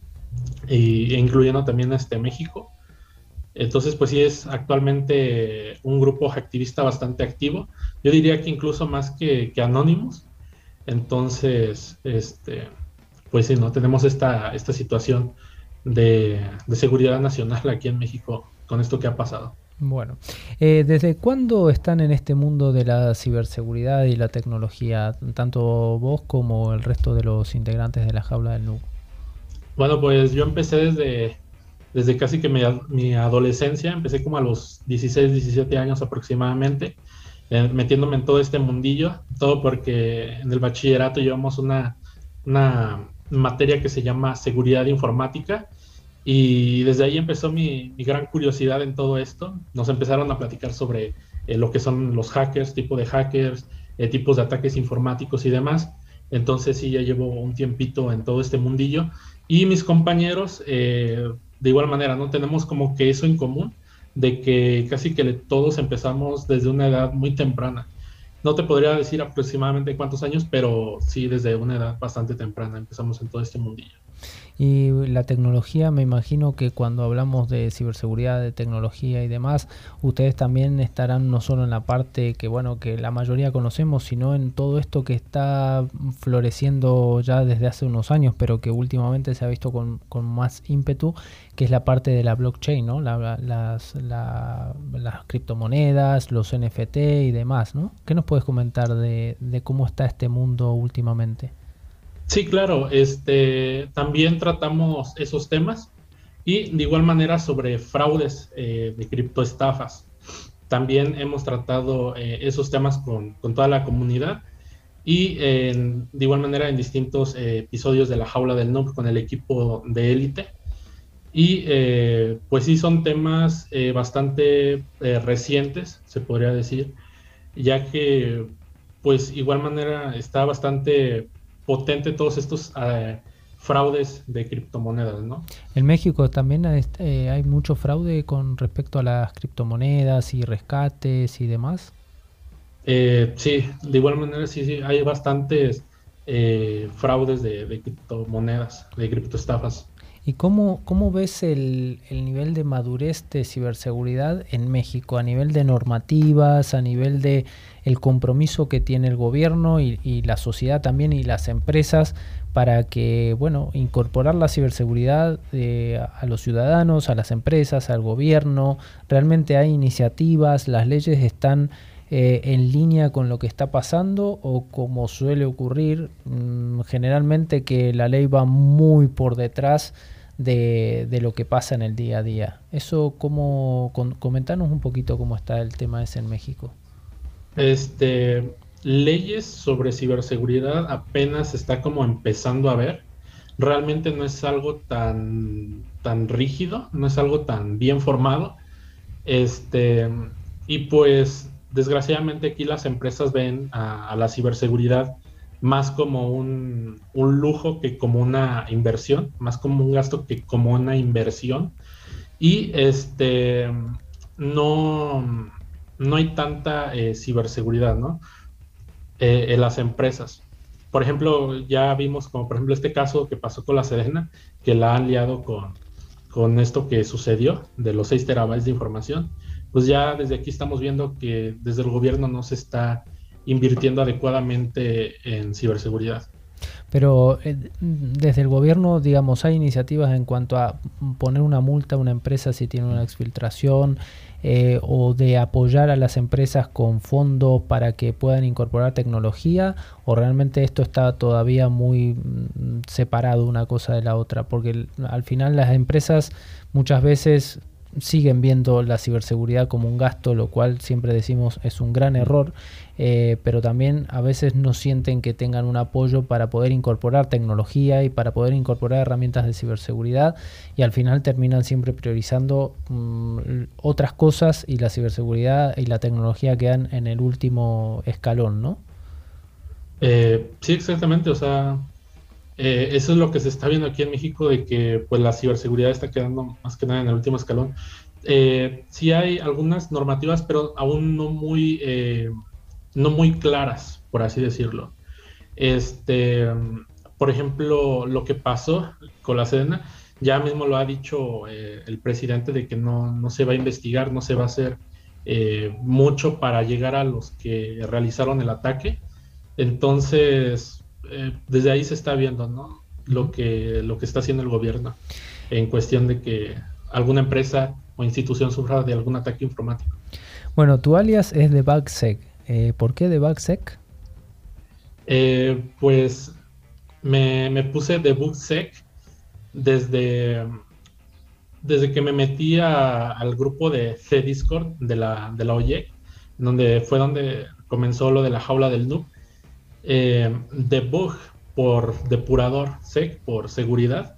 S7: e incluyendo también México. Entonces, pues sí es actualmente un grupo activista bastante activo. Yo diría que incluso más que Anonymous. Entonces, pues sí, ¿no? Tenemos esta situación de seguridad nacional aquí en México con esto que ha pasado.
S1: Bueno, ¿desde cuándo están en este mundo de la ciberseguridad y la tecnología, tanto vos como el resto de los integrantes de la Jaula del Noob?
S7: Bueno, pues yo empecé desde casi que mi adolescencia, empecé como a los 16, 17 años aproximadamente, metiéndome en todo este mundillo, todo porque en el bachillerato llevamos una materia que se llama seguridad informática, y desde ahí empezó mi gran curiosidad en todo esto. Nos empezaron a platicar sobre lo que son los hackers, tipo de hackers, tipos de ataques informáticos y demás. Entonces sí, ya llevo un tiempito en todo este mundillo, y mis compañeros de igual manera, ¿no? Tenemos como que eso en común, de que casi que todos empezamos desde una edad muy temprana. No te podría decir aproximadamente cuántos años, pero sí desde una edad bastante temprana empezamos en todo este mundillo.
S1: Y la tecnología, me imagino que cuando hablamos de ciberseguridad, de tecnología y demás, ustedes también estarán no solo en la parte que la mayoría conocemos, sino en todo esto que está floreciendo ya desde hace unos años, pero que últimamente se ha visto con más ímpetu, que es la parte de la blockchain, ¿no? Las criptomonedas, los NFT y demás, ¿no? ¿Qué nos puedes comentar de cómo está este mundo últimamente?
S7: Sí, claro, también tratamos esos temas, y de igual manera sobre fraudes de criptoestafas. También hemos tratado esos temas con toda la comunidad, y de igual manera en distintos episodios de la Jaula del Noob con el equipo de élite. Y pues sí, son temas bastante recientes, se podría decir, ya que pues igual manera está bastante potente todos estos fraudes de criptomonedas, ¿no?
S1: En México también hay mucho fraude con respecto a las criptomonedas y rescates y demás.
S7: Sí, de igual manera sí, hay bastantes fraudes de criptomonedas, de criptoestafas.
S1: ¿Y cómo ves el nivel de madurez de ciberseguridad en México, a nivel de normativas, a nivel de el compromiso que tiene el gobierno y la sociedad también y las empresas para que, bueno, incorporar la ciberseguridad a los ciudadanos, a las empresas, al gobierno? ¿Realmente hay iniciativas? ¿Las leyes están en línea con lo que está pasando, o como suele ocurrir generalmente que la ley va muy por detrás de lo que pasa en el día a día? Eso, comentanos un poquito cómo está el tema ese en México.
S7: Leyes sobre ciberseguridad apenas está como empezando a ver. Realmente no es algo tan rígido, no es algo tan bien formado. Y pues desgraciadamente aquí las empresas ven a la ciberseguridad más como un lujo que como una inversión, más como un gasto que como una inversión. Y no hay tanta ciberseguridad, ¿no? En las empresas. Por ejemplo, ya vimos como por ejemplo este caso que pasó con la Sedena, que la han liado con esto que sucedió de los 6 terabytes de información. Pues ya desde aquí estamos viendo que desde el gobierno no se está invirtiendo adecuadamente en ciberseguridad.
S1: Pero desde el gobierno, digamos, hay iniciativas en cuanto a poner una multa a una empresa si tiene una exfiltración, o de apoyar a las empresas con fondos para que puedan incorporar tecnología, o realmente esto está todavía muy separado una cosa de la otra, porque al final las empresas muchas veces siguen viendo la ciberseguridad como un gasto, lo cual siempre decimos es un gran error, pero también a veces no sienten que tengan un apoyo para poder incorporar tecnología y para poder incorporar herramientas de ciberseguridad, y al final terminan siempre priorizando otras cosas, y la ciberseguridad y la tecnología quedan en el último escalón, ¿no?
S7: Sí, exactamente, o sea, eso es lo que se está viendo aquí en México, de que pues la ciberseguridad está quedando más que nada en el último escalón. Sí hay algunas normativas, pero aún no muy claras, por así decirlo. Por ejemplo, lo que pasó con la Sedena, ya mismo lo ha dicho el presidente, de que no se va a investigar, no se va a hacer mucho para llegar a los que realizaron el ataque. Entonces, desde ahí se está viendo, ¿no? Lo que está haciendo el gobierno en cuestión de que alguna empresa o institución sufra de algún ataque informático.
S1: Bueno, tu alias es DebugSec. ¿Por qué DebugSec?
S7: Pues me puse DebugSec desde que me metí al grupo de Cdiscord de la OIEC, donde comenzó lo de la jaula del noob. Debug por depurador, sec por seguridad.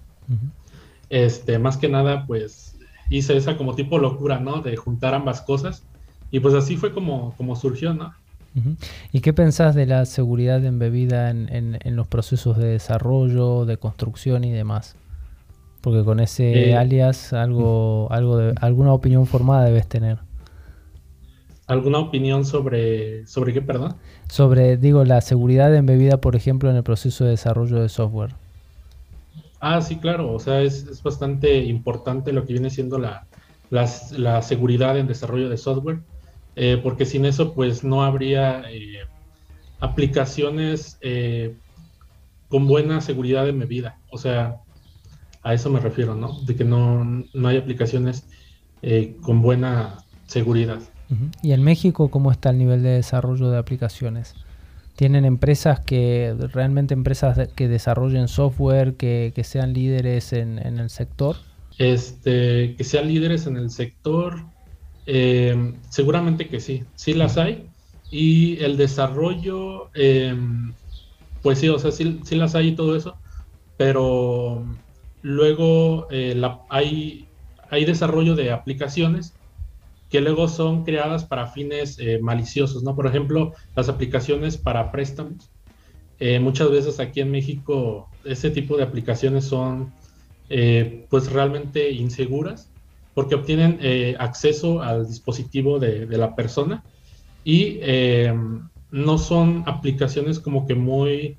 S7: Más que nada pues hice esa como tipo locura, ¿no? De juntar ambas cosas, y pues así fue como surgió, ¿no?
S1: ¿Y qué pensás de la seguridad embebida en los procesos de desarrollo, de construcción y demás? Porque con ese alias alguna opinión formada debes tener.
S7: ¿Alguna opinión sobre qué, perdón?
S1: Digo, la seguridad embebida, por ejemplo, en el proceso de desarrollo de software.
S7: Ah, sí, claro. O sea, es bastante importante lo que viene siendo la seguridad en desarrollo de software, porque sin eso, pues, no habría aplicaciones con buena seguridad embebida. O sea, a eso me refiero, ¿no? De que no hay aplicaciones con buena seguridad.
S1: ¿Y en México cómo está el nivel de desarrollo de aplicaciones? ¿Tienen empresas que desarrollen software, que sean líderes en el sector?
S7: Que sean líderes en el sector, seguramente que sí las hay. Y el desarrollo, pues sí, o sea, sí las hay y todo eso, pero luego hay desarrollo de aplicaciones que luego son creadas para fines maliciosos, ¿no? Por ejemplo, las aplicaciones para préstamos, Muchas veces aquí en México ese tipo de aplicaciones son pues realmente inseguras porque obtienen acceso al dispositivo de la persona y no son aplicaciones como que muy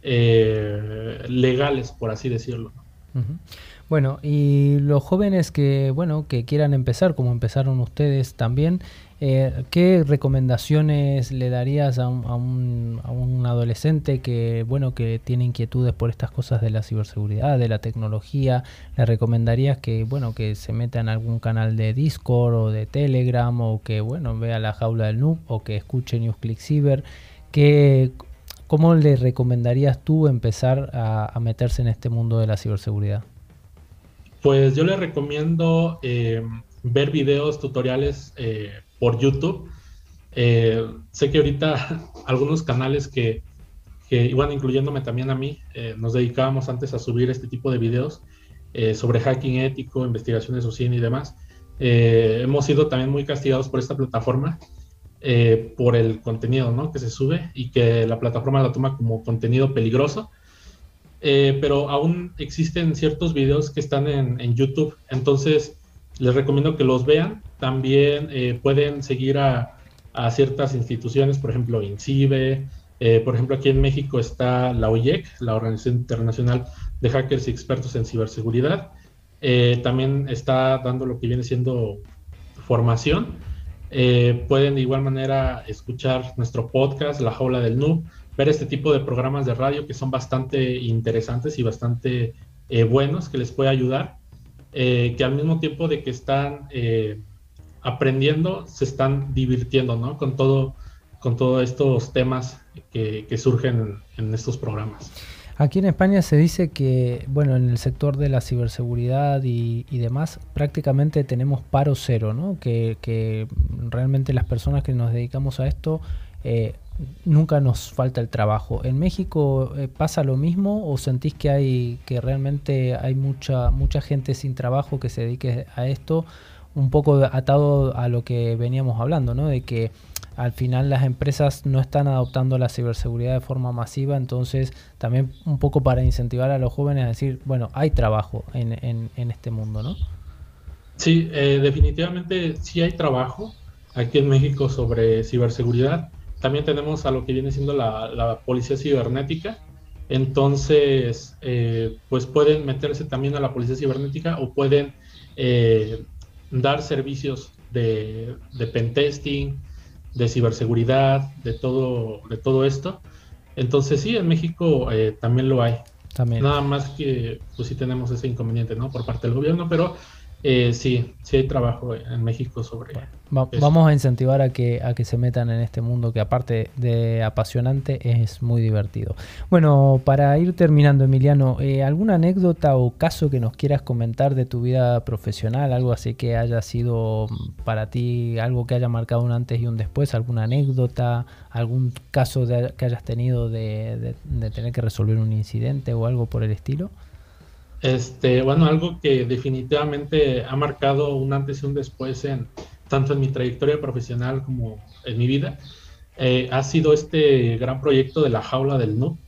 S7: legales, por así decirlo.
S1: Uh-huh. Bueno, y los jóvenes que, bueno, que quieran empezar, como empezaron ustedes también, ¿qué recomendaciones le darías a un adolescente que, bueno, que tiene inquietudes por estas cosas de la ciberseguridad, de la tecnología? ¿Le recomendarías que, bueno, que se meta en algún canal de Discord o de Telegram, o que, bueno, vea La Jaula del Noob, o que escuche NewsClick Cyber? ¿Cómo le recomendarías tú empezar a meterse en este mundo de la ciberseguridad?
S7: Pues yo le recomiendo ver videos tutoriales por YouTube. Sé que ahorita algunos canales que bueno, incluyéndome también a mí, nos dedicábamos antes a subir este tipo de videos sobre hacking ético, investigaciones SOCIEN y demás. Hemos sido también muy castigados por esta plataforma, por el contenido, ¿no?, que se sube y que la plataforma la toma como contenido peligroso. Pero aún existen ciertos videos que están en YouTube, entonces les recomiendo que los vean. También pueden seguir a ciertas instituciones, por ejemplo INCIBE, por ejemplo aquí en México está la OIEC, la Organización Internacional de Hackers y Expertos en Ciberseguridad. También está dando lo que viene siendo formación. Pueden de igual manera escuchar nuestro podcast, La Jaula del Noob, ver este tipo de programas de radio que son bastante interesantes y bastante buenos, que les puede ayudar, que al mismo tiempo de que están aprendiendo, se están divirtiendo, ¿no?, con todos estos temas que surgen en estos programas.
S1: Aquí en España se dice que, bueno, en el sector de la ciberseguridad y demás, prácticamente tenemos paro cero, ¿no? Que realmente las personas que nos dedicamos a esto, nunca nos falta el trabajo. ¿En México pasa lo mismo o sentís que realmente hay mucha gente sin trabajo que se dedique a esto, un poco atado a lo que veníamos hablando, ¿no?, de que al final las empresas no están adoptando la ciberseguridad de forma masiva? Entonces también un poco para incentivar a los jóvenes a decir, bueno, hay trabajo en este mundo, ¿no?
S7: Sí, definitivamente sí hay trabajo aquí en México sobre ciberseguridad. También tenemos a lo que viene siendo la policía cibernética. Entonces, pues pueden meterse también a la policía cibernética o pueden dar servicios de pentesting, de ciberseguridad, de todo esto. Entonces sí, en México también lo hay. También. Nada más que pues sí tenemos ese inconveniente, ¿no?, por parte del gobierno, pero sí hay trabajo en México sobre eso.
S1: Vamos a incentivar a que se metan en este mundo que, aparte de apasionante, es muy divertido. Bueno, para ir terminando, Emiliano, ¿alguna anécdota o caso que nos quieras comentar de tu vida profesional? Algo así que haya sido para ti algo que haya marcado un antes y un después, alguna anécdota, algún caso que hayas tenido de tener que resolver un incidente o algo por el estilo.
S7: Bueno, algo que definitivamente ha marcado un antes y un después tanto en mi trayectoria profesional como en mi vida, ha sido este gran proyecto de La Jaula del Noob.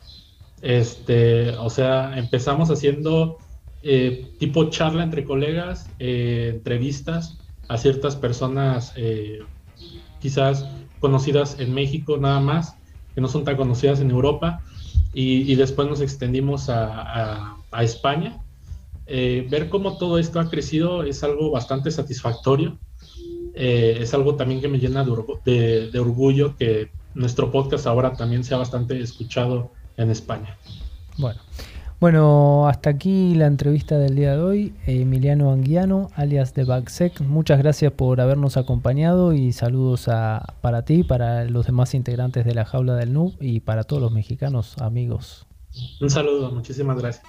S7: O sea, empezamos haciendo tipo charla entre colegas, entrevistas a ciertas personas quizás conocidas en México nada más, que no son tan conocidas en Europa, y después nos extendimos a España. Ver cómo todo esto ha crecido es algo bastante satisfactorio. Es algo también que me llena de orgullo que nuestro podcast ahora también sea bastante escuchado en España.
S1: Bueno, hasta aquí la entrevista del día de hoy. Emiliano Anguiano, alias The Bagsec, muchas gracias por habernos acompañado y saludos para ti, para los demás integrantes de La Jaula del Noob y para todos los mexicanos amigos.
S7: Un saludo, muchísimas gracias.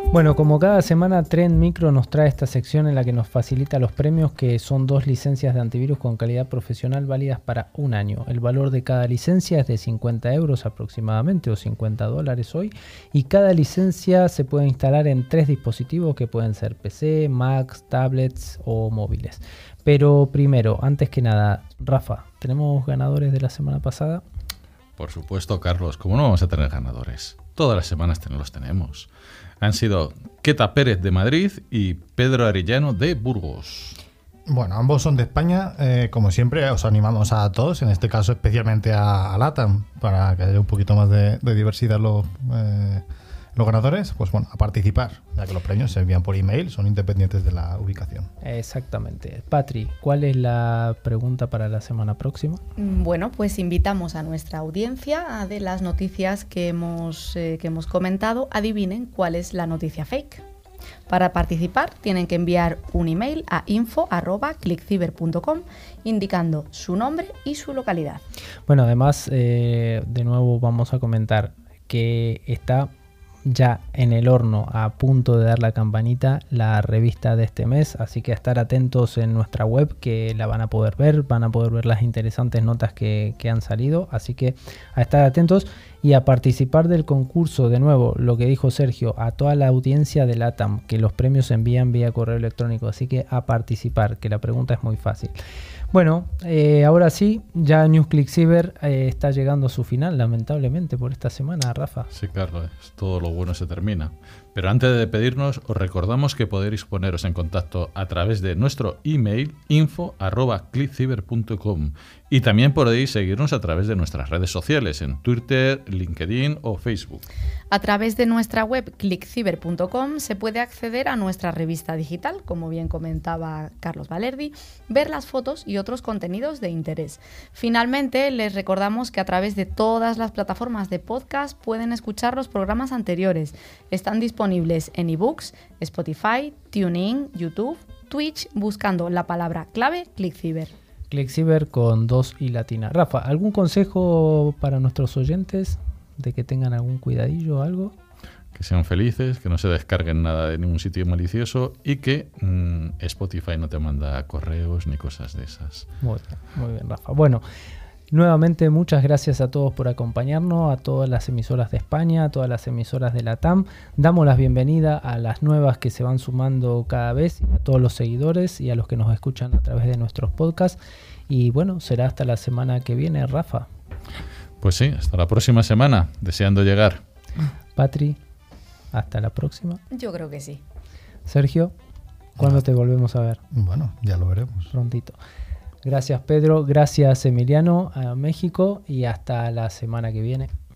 S1: Bueno, como cada semana, Trend Micro nos trae esta sección en la que nos facilita los premios, que son 2 licencias de antivirus con calidad profesional válidas para un año. El valor de cada licencia es de 50 euros aproximadamente, o $50 hoy, y cada licencia se puede instalar en 3 dispositivos que pueden ser PC, Macs, tablets o móviles. Pero primero, antes que nada, Rafa, ¿tenemos ganadores de la semana pasada?
S2: Por supuesto, Carlos, ¿cómo no vamos a tener ganadores? Todas las semanas los tenemos. Han sido Keta Pérez de Madrid y Pedro Arellano de Burgos.
S4: Bueno, ambos son de España. Como siempre, os animamos a todos, en este caso especialmente a LATAM, para que haya un poquito más de diversidad los ganadores, pues bueno, a participar, ya que los premios se envían por email, son independientes de la ubicación.
S1: Exactamente. Patri, ¿cuál es la pregunta para la semana próxima?
S3: Bueno, pues invitamos a nuestra audiencia a de las noticias que hemos comentado, adivinen cuál es la noticia fake. Para participar tienen que enviar un email a info@clickciber.com indicando su nombre y su localidad.
S1: Bueno, además, de nuevo vamos a comentar que está ya en el horno, a punto de dar la campanita, la revista de este mes, así que a estar atentos en nuestra web, que la van a poder ver las interesantes notas que han salido, así que a estar atentos y a participar del concurso. De nuevo, lo que dijo Sergio, a toda la audiencia de LATAM, que los premios se envían vía correo electrónico, así que a participar, que la pregunta es muy fácil. Bueno, ahora sí, ya Newsclick Cyber está llegando a su final, lamentablemente, por esta semana, Rafa.
S2: Sí, Carlos, todo lo bueno se termina. Pero antes de despedirnos, os recordamos que podéis poneros en contacto a través de nuestro email info@clickciber.com, y también podéis seguirnos a través de nuestras redes sociales en Twitter, LinkedIn o Facebook.
S3: A través de nuestra web clickciber.com se puede acceder a nuestra revista digital, como bien comentaba Carlos Valerdi, ver las fotos y otros contenidos de interés. Finalmente, les recordamos que a través de todas las plataformas de podcast pueden escuchar los programas anteriores. Están disponibles en ebooks, Spotify, TuneIn, YouTube, Twitch, buscando la palabra clave ClickCiber.
S1: ClickCiber con 2 y latina. Rafa, ¿algún consejo para nuestros oyentes de que tengan algún cuidadillo o algo?
S2: Que sean felices, que no se descarguen nada de ningún sitio malicioso y que Spotify no te manda correos ni cosas de esas.
S1: Muy bien, Rafa. Bueno, nuevamente muchas gracias a todos por acompañarnos, a todas las emisoras de España, a todas las emisoras de LATAM. Damos la bienvenida a las nuevas que se van sumando cada vez, a todos los seguidores y a los que nos escuchan a través de nuestros podcasts. Y bueno, será hasta la semana que viene, Rafa.
S2: Pues sí, hasta la próxima semana, deseando llegar.
S1: Patri, hasta la próxima.
S3: Yo creo que sí.
S1: Sergio, ¿cuándo te volvemos a ver?
S4: Bueno, ya lo veremos.
S1: Prontito. Gracias, Pedro. Gracias, Emiliano, a México, y hasta la semana que viene.